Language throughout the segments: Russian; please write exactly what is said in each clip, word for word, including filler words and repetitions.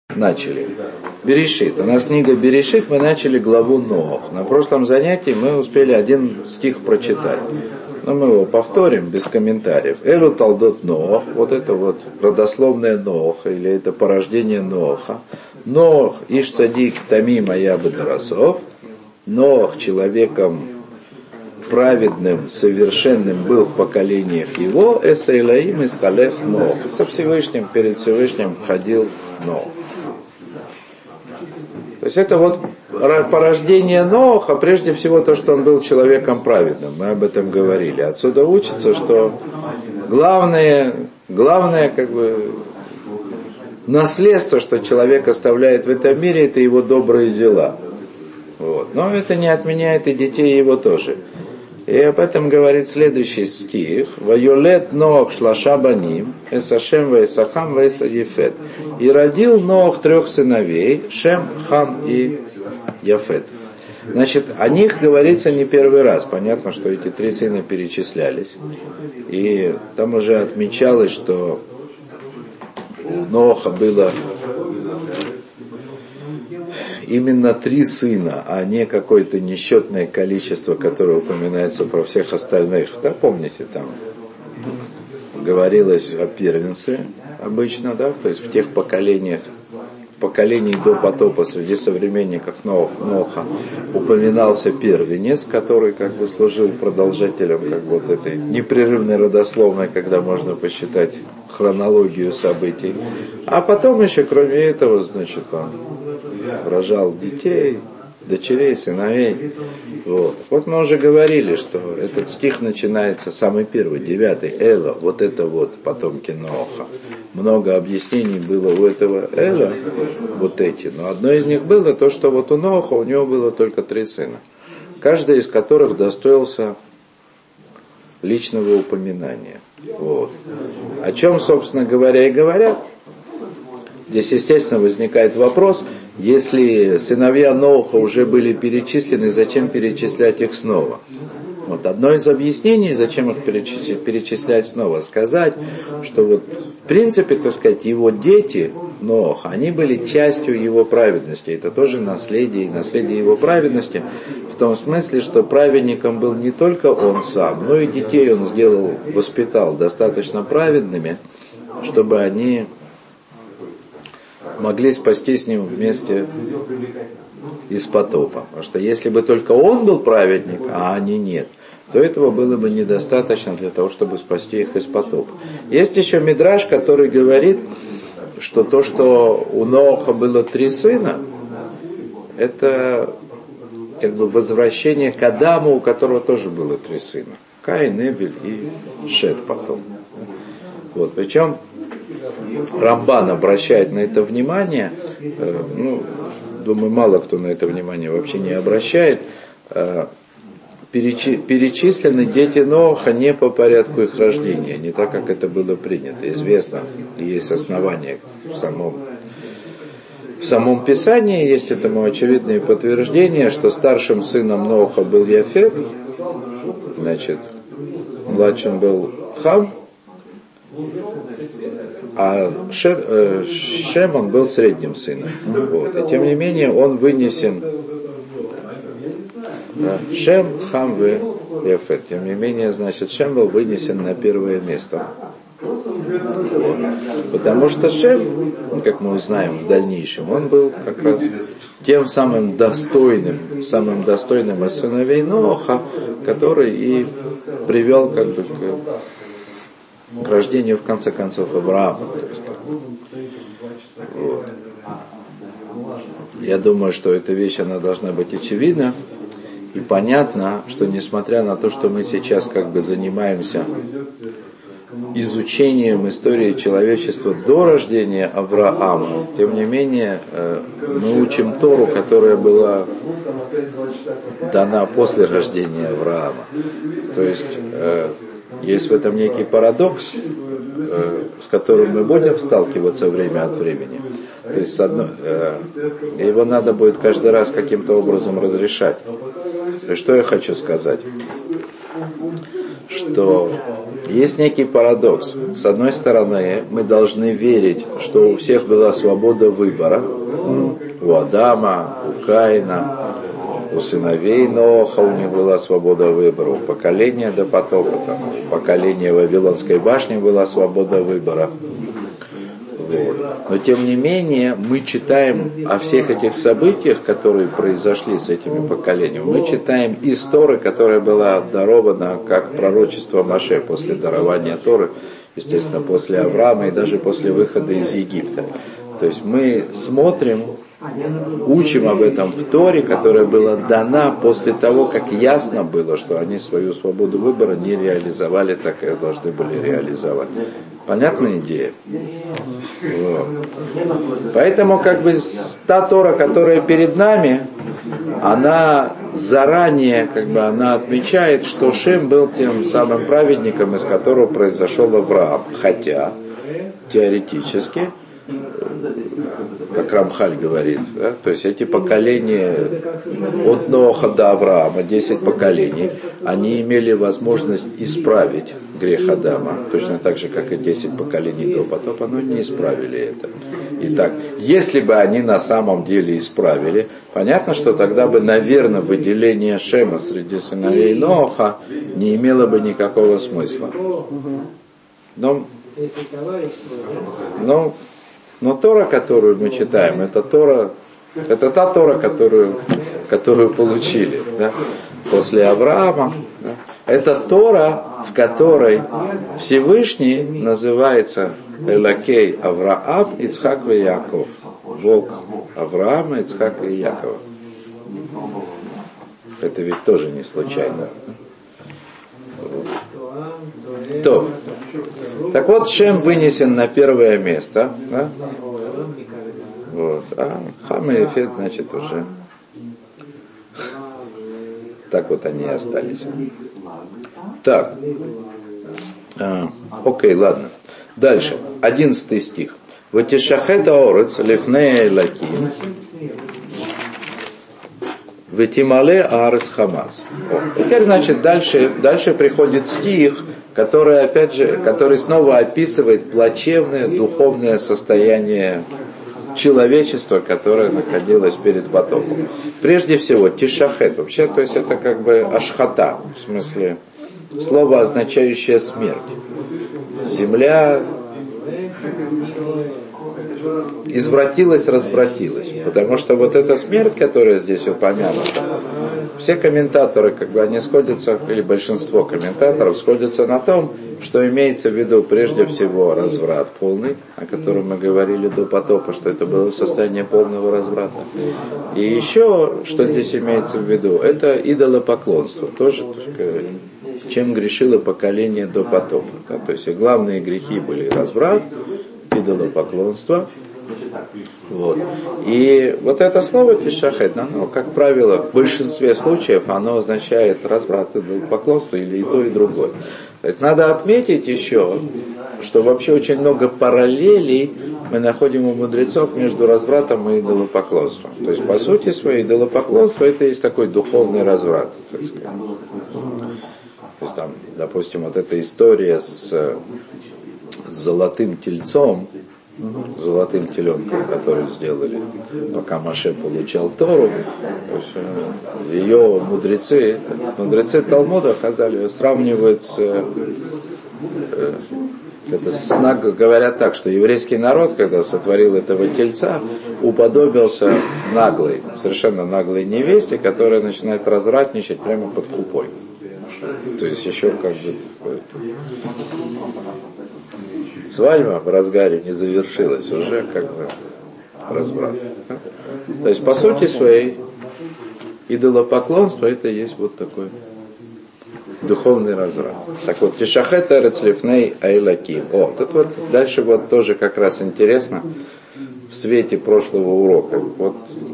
начали. Берешит. У нас книга Берешит, мы начали главу Ноах. На прошлом занятии мы успели один стих прочитать. Но мы его повторим без комментариев. Элу талдот Ноах, вот это вот родословное Ноаха, или это порождение Ноаха. Ноах иш цадик тамим аябы дарасов. Ноах человеком праведным, совершенным был в поколениях его. Эсэйлаим из халех Ноах. Со Всевышним, перед Всевышним ходил Ноах. То есть это вот порождение Ноаха, прежде всего то, что он был человеком праведным. Мы об этом говорили. Отсюда учится, что главное, главное как бы наследство, что человек оставляет в этом мире, это его добрые дела. Вот. Но это не отменяет и детей его тоже. И об этом говорит следующий стих. «Вайолет Ноах шлаша баним, эсашем ваэсахам ваэсаефет». И родил Ноах трех сыновей, Шем, Хам и Яфет. Значит, о них говорится не первый раз. Понятно, что эти три сына перечислялись. И там уже отмечалось, что у Ноаха было именно три сына, а не какое-то несчетное количество, которое упоминается про всех остальных. Да, помните, там говорилось о первенстве обычно, да, то есть в тех поколениях, в поколении до потопа среди современников Ноаха упоминался первенец, который как бы служил продолжателем как бы, вот этой непрерывной родословной, когда можно посчитать хронологию событий. А потом еще, кроме этого, значит, он рожал детей, дочерей, сыновей. Вот. вот мы уже говорили, что этот стих начинается, самый первый, девятый, Эла, вот это вот потомки Ноаха. Много объяснений было у этого Эла, вот эти, но одно из них было то, что вот у Ноаха у него было только три сына, каждый из которых достоился личного упоминания. Вот. О чем, собственно говоря, и говорят. Здесь, естественно, возникает вопрос, если сыновья Ноаха уже были перечислены, зачем перечислять их снова? Вот одно из объяснений, зачем их перечислять снова, сказать, что вот в принципе, так сказать, его дети Ноаха, они были частью его праведности. Это тоже наследие, наследие его праведности, в том смысле, что праведником был не только он сам, но и детей он сделал, воспитал достаточно праведными, чтобы они могли спасти с ним вместе из потопа. Потому что если бы только он был праведник, а они нет, то этого было бы недостаточно для того, чтобы спасти их из потопа. Есть еще мидраш, который говорит, что то, что у Ноаха было три сына, это как бы возвращение к Адаму, у которого тоже было три сына. Каин, Эвель и Шет потом. Вот, причем Рамбан обращает на это внимание, э, ну, думаю, мало кто на это внимание вообще не обращает. Э, перечи, перечислены дети Ноаха не по порядку их рождения, не так, как это было принято. Известно, есть основания в самом, в самом Писании, есть этому очевидные подтверждения, что старшим сыном Ноаха был Яфет, значит, младшим был Хам, а Шем, он был средним сыном. Вот. И тем не менее он вынесен, да, Шем, Хам и Яфет. Тем не менее, значит, Шем был вынесен на первое место. Вот. Потому что Шем, как мы узнаем в дальнейшем, он был как раз тем самым достойным, самым достойным из сыновей Ноаха, который и привел как бы к к рождению, в конце концов, Авраама. Вот. Я думаю, что эта вещь, она должна быть очевидна и понятна, что несмотря на то, что мы сейчас как бы занимаемся изучением истории человечества до рождения Авраама, тем не менее мы учим Тору, которая была дана после рождения Авраама. То есть есть в этом некий парадокс, э, с которым мы будем сталкиваться время от времени. То есть с одной, э, его надо будет каждый раз каким-то образом разрешать. То есть, что я хочу сказать? Что есть некий парадокс. С одной стороны, мы должны верить, что у всех была свобода выбора. У Адама, у Каина, у сыновей Ноаха у них была свобода выбора. У поколения до потопа, там, у поколения Вавилонской башни была свобода выбора. Вот. Но тем не менее, мы читаем о всех этих событиях, которые произошли с этими поколениями. Мы читаем из Торы, которая была дарована как пророчество Моше после дарования Торы, естественно, после Авраама и даже после выхода из Египта. То есть мы смотрим, учим об этом в Торе, которая была дана после того, как ясно было, что они свою свободу выбора не реализовали так, как должны были реализовать. Понятная идея? Вот. Поэтому как бы та Тора, которая перед нами, она заранее как бы она отмечает, что Шем был тем самым праведником, из которого произошел Авраам. Хотя теоретически, как Рамхаль говорит, да, то есть эти поколения от Ноаха до Авраама, десять поколений, они имели возможность исправить грех Адама, точно так же, как и десять поколений до потопа, но не исправили это. Итак, если бы они на самом деле исправили, понятно, что тогда бы, наверное, выделение Шема среди сыновей Ноаха не имело бы никакого смысла. Но, но Но Тора, которую мы читаем, это Тора, это та Тора, которую, которую получили, да, после Авраама. Да. Это Тора, в которой Всевышний называется Элокей Авраам, Ицхак и Яков. Бог Авраама, Ицхака и Якова. Это ведь тоже не случайно. То. Так вот, Шем вынесен на первое место. Да? Вот. А Хам и Яфет, значит, уже так вот они и остались. Так. А, окей, ладно. Дальше. Одиннадцатый стих. Ватишахет аорец лифней лаким ватимале аарец хамас. Теперь, значит, дальше, дальше приходит стих, который, опять же, который снова описывает плачевное духовное состояние человечества, которое находилось перед потопом. Прежде всего, тишахет, вообще, то есть это как бы ашхата, в смысле, слово, означающее смерть. Земля извратилась, развратилась, потому что вот эта смерть, которая здесь упомянута, все комментаторы, как бы они сходятся, или большинство комментаторов сходятся на том, что имеется в виду прежде всего разврат полный, о котором мы говорили до потопа, что это было состояние полного разврата. И еще, что здесь имеется в виду, это идолопоклонство, тоже, чем грешило поколение до потопа. Да? То есть и главные грехи были разврат, идолопоклонство. Вот. И вот это слово тишахет, оно, как правило, в большинстве случаев оно означает разврат, идолопоклонство или и то, и другое. То есть надо отметить еще, что вообще очень много параллелей мы находим у мудрецов между развратом и идолопоклонством. То есть, по сути своей, идолопоклонство это есть такой духовный разврат. Так сказать. То есть, там, допустим, вот эта история с, с золотым тельцом, золотым теленком, который сделали, пока Моше получал Тору, ее мудрецы, мудрецы Талмуда Хазаль сравнивают с, это с, говорят так, что еврейский народ, когда сотворил этого тельца, уподобился наглой, совершенно наглой невесте, которая начинает развратничать прямо под хупой. То есть еще как бы свадьба в разгаре не завершилась, уже как бы разврат. То есть по сути своей идолопоклонство это есть вот такой духовный разврат. Так вот, тишахет эрец лифней айлаким. О, тут вот дальше вот тоже как раз интересно в свете прошлого урока. Вот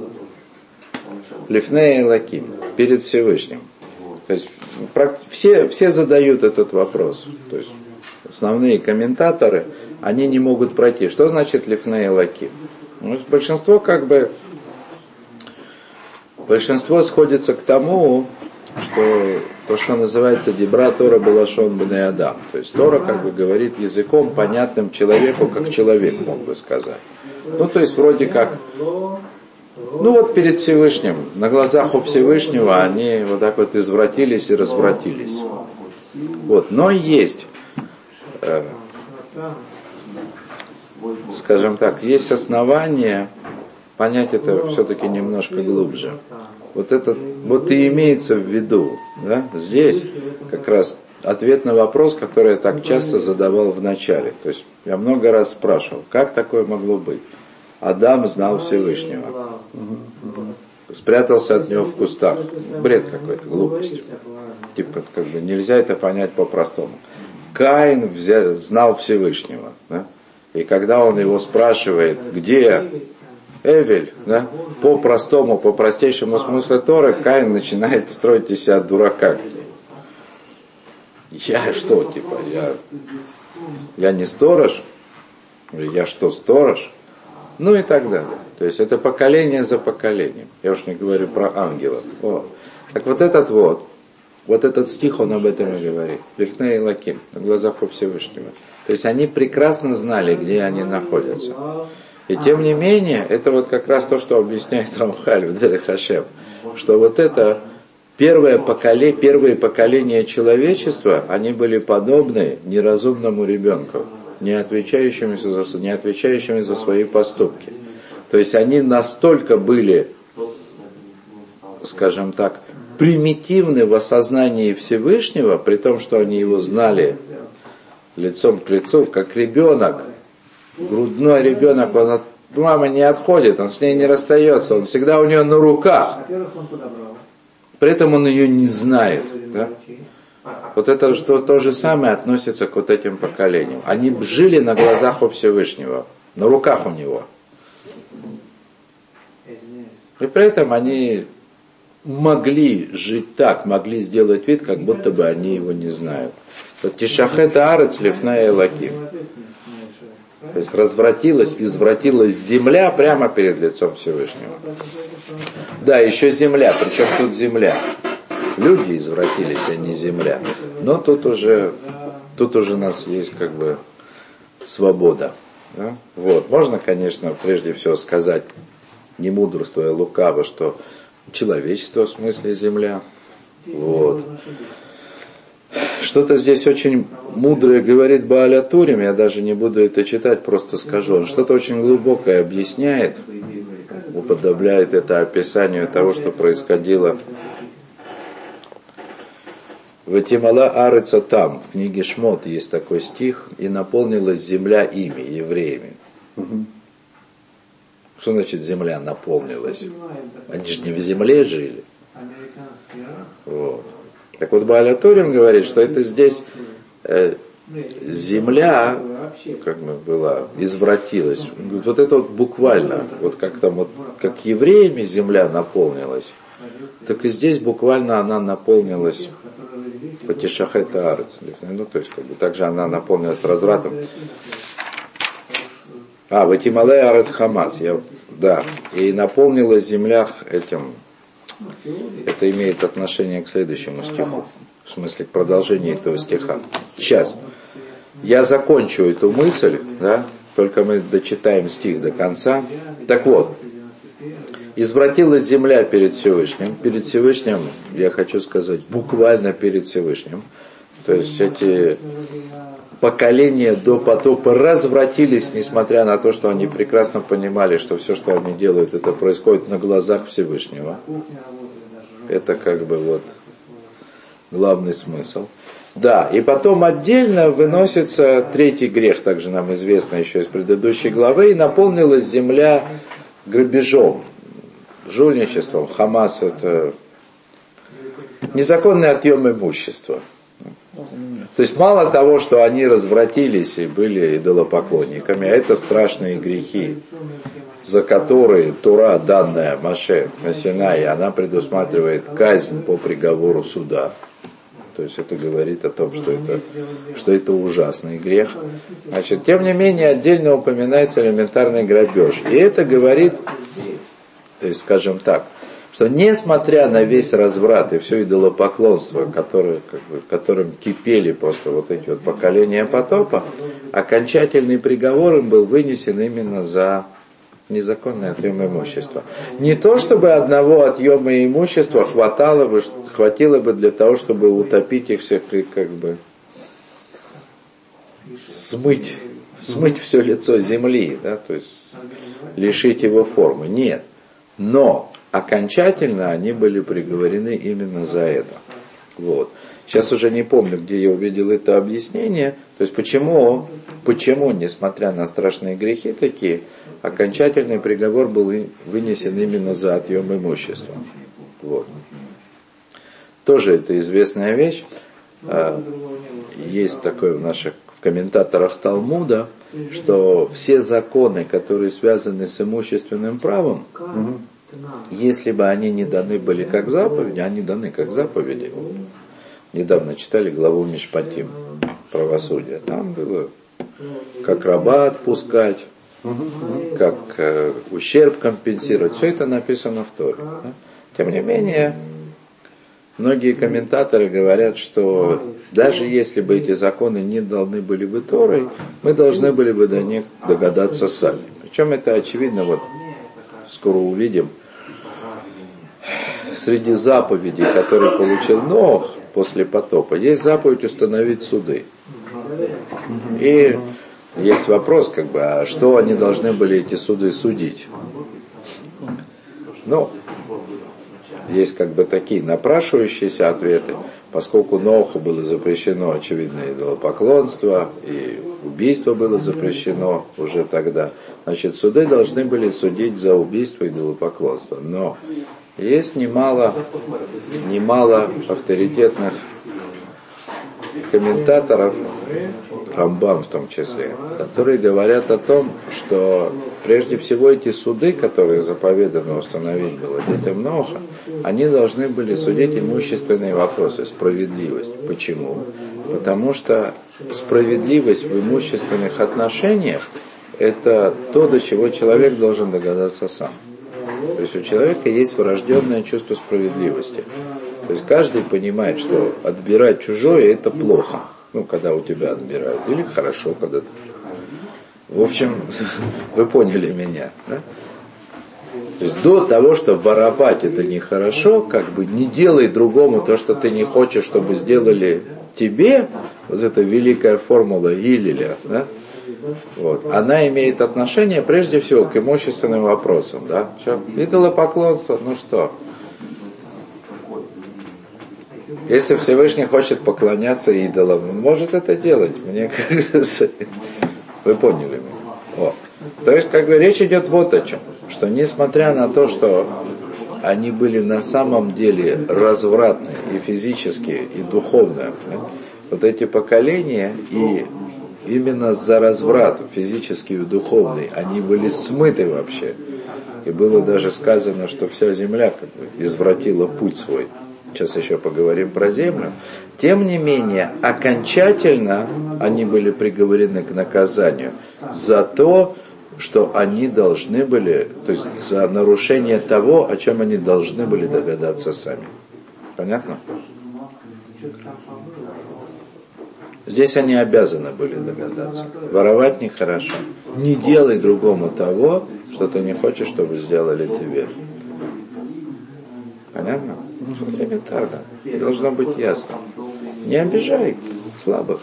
лифней айлаким, перед Всевышним. То есть все, все задают этот вопрос. То есть основные комментаторы, они не могут пройти. Что значит лифней лаким? Ну, большинство как бы, большинство сходится к тому, что то, что называется дебра Тора Балашон Бней Адам. То есть Тора как бы говорит языком, понятным человеку, как человек мог бы сказать. Ну, то есть вроде как, ну вот перед Всевышним, на глазах у Всевышнего они вот так вот извратились и развратились. Вот, но есть, э, скажем так, есть основания понять это все-таки немножко глубже. Вот это вот и имеется в виду, да? Здесь как раз ответ на вопрос, который я так часто задавал в начале. То есть я много раз спрашивал, как такое могло быть? Адам знал Всевышнего, спрятался от него в кустах. Бред какой-то, глупость. Типа, как бы нельзя это понять по-простому. Каин взял, знал Всевышнего, да? И когда он его спрашивает, где Эвель, да, по-простому, по простейшему смыслу Торы, Каин начинает строить из себя дурака. Я что, типа, я, я не сторож? Я что, сторож? Ну и так далее. То есть это поколение за поколением. Я уж не говорю про ангелов. О. Так вот этот вот, вот этот стих, он об этом и говорит. Лифней Лаким, на глазах у Всевышнего. То есть они прекрасно знали, где они находятся. И тем не менее, это вот как раз то, что объясняет Рамхаль в Дерех Хашем, что вот это первое поколение, первые поколения человечества, они были подобны неразумному ребенку, не отвечающими за, не отвечающими за свои поступки. То есть они настолько были, скажем так, примитивны в осознании Всевышнего, при том, что они его знали лицом к лицу, как ребенок. Грудной ребенок, он от мамы не отходит, он с ней не расстается, он всегда у нее на руках. При этом он ее не знает. Да? Вот это что, то же самое относится к вот этим поколениям. Они жили на глазах у Всевышнего, на руках у него. И при этом они могли жить так, могли сделать вид, как будто бы они его не знают. Вот Тишахет Аарец Лифней Элоким. То есть развратилась, извратилась земля прямо перед лицом Всевышнего. Да, еще земля, причем тут земля. Люди извратились, а не земля. Но тут уже, тут уже у нас есть как бы свобода. Да? Вот. Можно, конечно, прежде всего сказать, не мудрствуя лукаво, что человечество в смысле земля. Вот. Что-то здесь очень мудрое говорит Бааль ха-Турим, я даже не буду это читать, просто скажу. Он что-то очень глубокое объясняет, уподобляет это описанию того, что происходило в Этимала Арыца там, в книге Шмот есть такой стих, и наполнилась земля ими, евреями. Угу. Что значит земля наполнилась? Они же не в земле жили. Вот. Так вот, Бааль ха-Турим говорит, что это здесь э, земля, как бы была, извратилась. Вот это вот буквально, вот как там, вот, как евреями земля наполнилась, так и здесь буквально она наполнилась по Тишахет Аарец. Ну, то есть, как бы, также она наполнилась развратом. А, в Этимале Аарец Хамас, я, да, и наполнилась земля этим. Это имеет отношение к следующему стиху, в смысле к продолжению этого стиха. Сейчас. Я закончу эту мысль, да, только мы дочитаем стих до конца. Так вот, извратилась земля перед Всевышним. Перед Всевышним, я хочу сказать, буквально перед Всевышним. То есть эти поколения до потопа развратились, несмотря на то, что они прекрасно понимали, что все, что они делают, это происходит на глазах Всевышнего. Это как бы вот главный смысл. Да, и потом отдельно выносится третий грех, также нам известно еще из предыдущей главы, и наполнилась земля грабежом, жульничеством. Хамас — это незаконный отъем имущества. То есть мало того, что они развратились и были идолопоклонниками, а это страшные грехи, за которые Тора, данная Моше на Синае, она предусматривает казнь по приговору суда. То есть это говорит о том, что это, что это ужасный грех. Значит, тем не менее, отдельно упоминается элементарный грабеж. И это говорит, то есть, скажем так, что несмотря на весь разврат и все идолопоклонство, которое, как бы, которым кипели просто вот эти вот поколения потопа, окончательный приговор им был вынесен именно за незаконный отъем имущества. Не то, чтобы одного отъема имущества хватало бы, хватило бы для того, чтобы утопить их всех и как бы смыть, смыть все лицо земли, да, то есть лишить его формы. Нет. Но окончательно они были приговорены именно за это. Вот. Сейчас уже не помню, где я увидел это объяснение. То есть почему, почему, несмотря на страшные грехи такие, окончательный приговор был вынесен именно за отъем имущества. Вот. Тоже это известная вещь. Есть такое в наших в комментаторах Талмуда, что все законы, которые связаны с имущественным правом, если бы они не даны были как заповеди, они даны как заповеди. Недавно читали главу Мишпатим, правосудия. Там было, как раба отпускать, как э, ущерб компенсировать. Все это написано в Торе. Да? Тем не менее, многие комментаторы говорят, что даже если бы эти законы не даны были бы Торой, мы должны были бы до них догадаться сами. Причем это очевидно, вот скоро увидим, среди заповедей, которые получил Ноах после потопа, есть заповедь установить суды. И есть вопрос, как бы, а что они должны были эти суды судить? Ну, есть как бы такие напрашивающиеся ответы, поскольку Ноаху было запрещено, очевидно, идолопоклонство, и убийство было запрещено уже тогда. Значит, суды должны были судить за убийство и идолопоклонство. Но есть немало, немало авторитетных комментаторов, Рамбам в том числе, которые говорят о том, что прежде всего эти суды, которые заповедано установить было детям Ноаха, они должны были судить имущественные вопросы, справедливость. Почему? Потому что справедливость в имущественных отношениях – это то, до чего человек должен догадаться сам. То есть у человека есть врожденное чувство справедливости. То есть каждый понимает, что отбирать чужое – это плохо. Ну, когда у тебя отбирают. Или хорошо, когда... В общем, вы поняли меня. Да? То есть до того, что воровать это нехорошо, как бы не делай другому то, что ты не хочешь, чтобы сделали тебе, вот эта великая формула Гилеля, да? Вот. Она имеет отношение прежде всего к имущественным вопросам. Да? Что? Идолопоклонство, ну что? Если Всевышний хочет поклоняться идолам, он может это делать. Мне кажется, вы поняли меня. Вот. То есть, как бы речь идет вот о чем, что несмотря на то, что они были на самом деле развратны и физически, и духовно, да, вот эти поколения, и именно за разврат физический и духовный, они были смыты вообще. И было даже сказано, что вся земля как бы извратила путь свой. Сейчас еще поговорим про землю. Тем не менее, окончательно они были приговорены к наказанию за то, что они должны были, то есть за нарушение того, о чем они должны были догадаться сами. Понятно? Здесь они обязаны были догадаться. Воровать нехорошо. Не делай другому того, что ты не хочешь, чтобы сделали тебе. Понятно? Элементарно. Должно быть ясно. Не обижай слабых.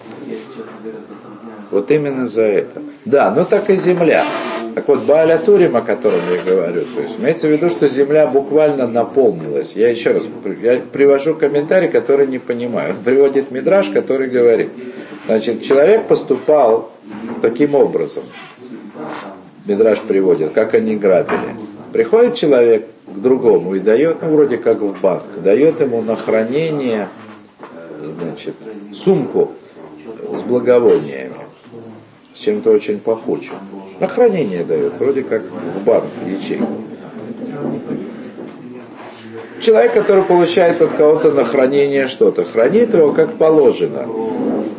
Вот именно за это. Да, ну так и земля. Так вот, Бааль ха-Турим, о котором я говорю, то есть имеется в виду, что земля буквально наполнилась. Я еще раз, я привожу комментарий, который не понимаю. Он приводит мидраш, который говорит, значит, человек поступал таким образом. Мидраш приводит, как они грабили. Приходит человек к другому и дает, ну, вроде как в банк, дает ему на хранение, значит, сумку с благовониями, с чем-то очень пахучим. На хранение дает, вроде как в банк, в ячейку. Человек, который получает от кого-то на хранение что-то, хранит его как положено.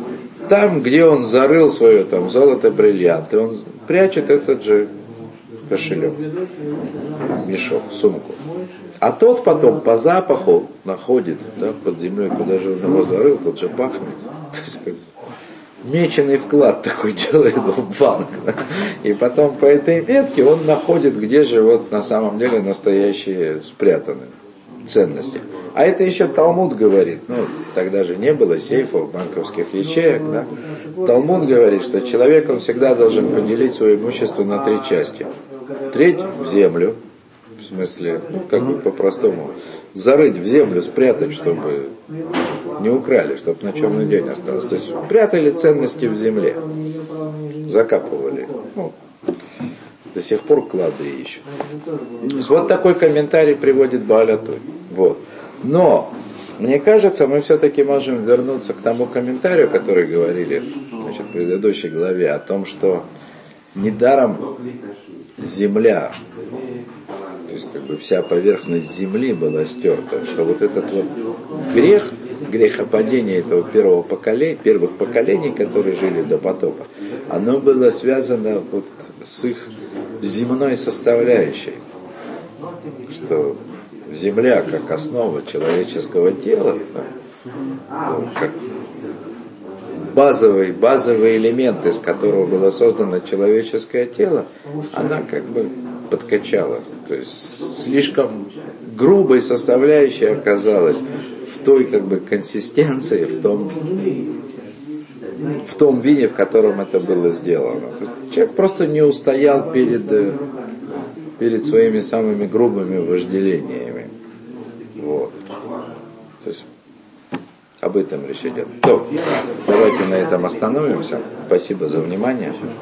Там, где он зарыл свое там, золото, бриллианты, он прячет этот же кошелек, мешок, сумку. А тот потом по запаху находит, да, под землей, куда же он его зарыл, тот же пахнет. То есть, как меченый вклад такой делает в банк. Да? И потом по этой метке он находит, где же вот на самом деле настоящие спрятаны ценности. А это еще Талмуд говорит, ну, тогда же не было сейфов, банковских ячеек, да. Талмуд говорит, что человек, он всегда должен поделить свое имущество на три части. Треть в землю, в смысле, ну, как бы по-простому, зарыть в землю, спрятать, чтобы не украли, чтобы на черный день осталось. То есть прятали ценности в земле, закапывали. Ну, до сих пор клады ищут. Вот такой комментарий приводит Бааль ха-Тура. Вот. Но, мне кажется, мы все-таки можем вернуться к тому комментарию, который говорили, значит, в предыдущей главе, о том, что недаром земля, то есть как бы вся поверхность земли была стерта, что вот этот вот грех, грехопадение этого первого поколения, первых поколений, которые жили до потопа, оно было связано вот с их земной составляющей, что земля как основа человеческого тела, как базовый, базовый элемент, из которого было создано человеческое тело, она как бы подкачала. То есть слишком грубой составляющей оказалась в той как бы консистенции, в том, в том виде, в котором это было сделано. Человек просто не устоял перед, перед своими самыми грубыми вожделениями. Вот. То есть об этом речь идет. То, давайте на этом остановимся. Спасибо за внимание.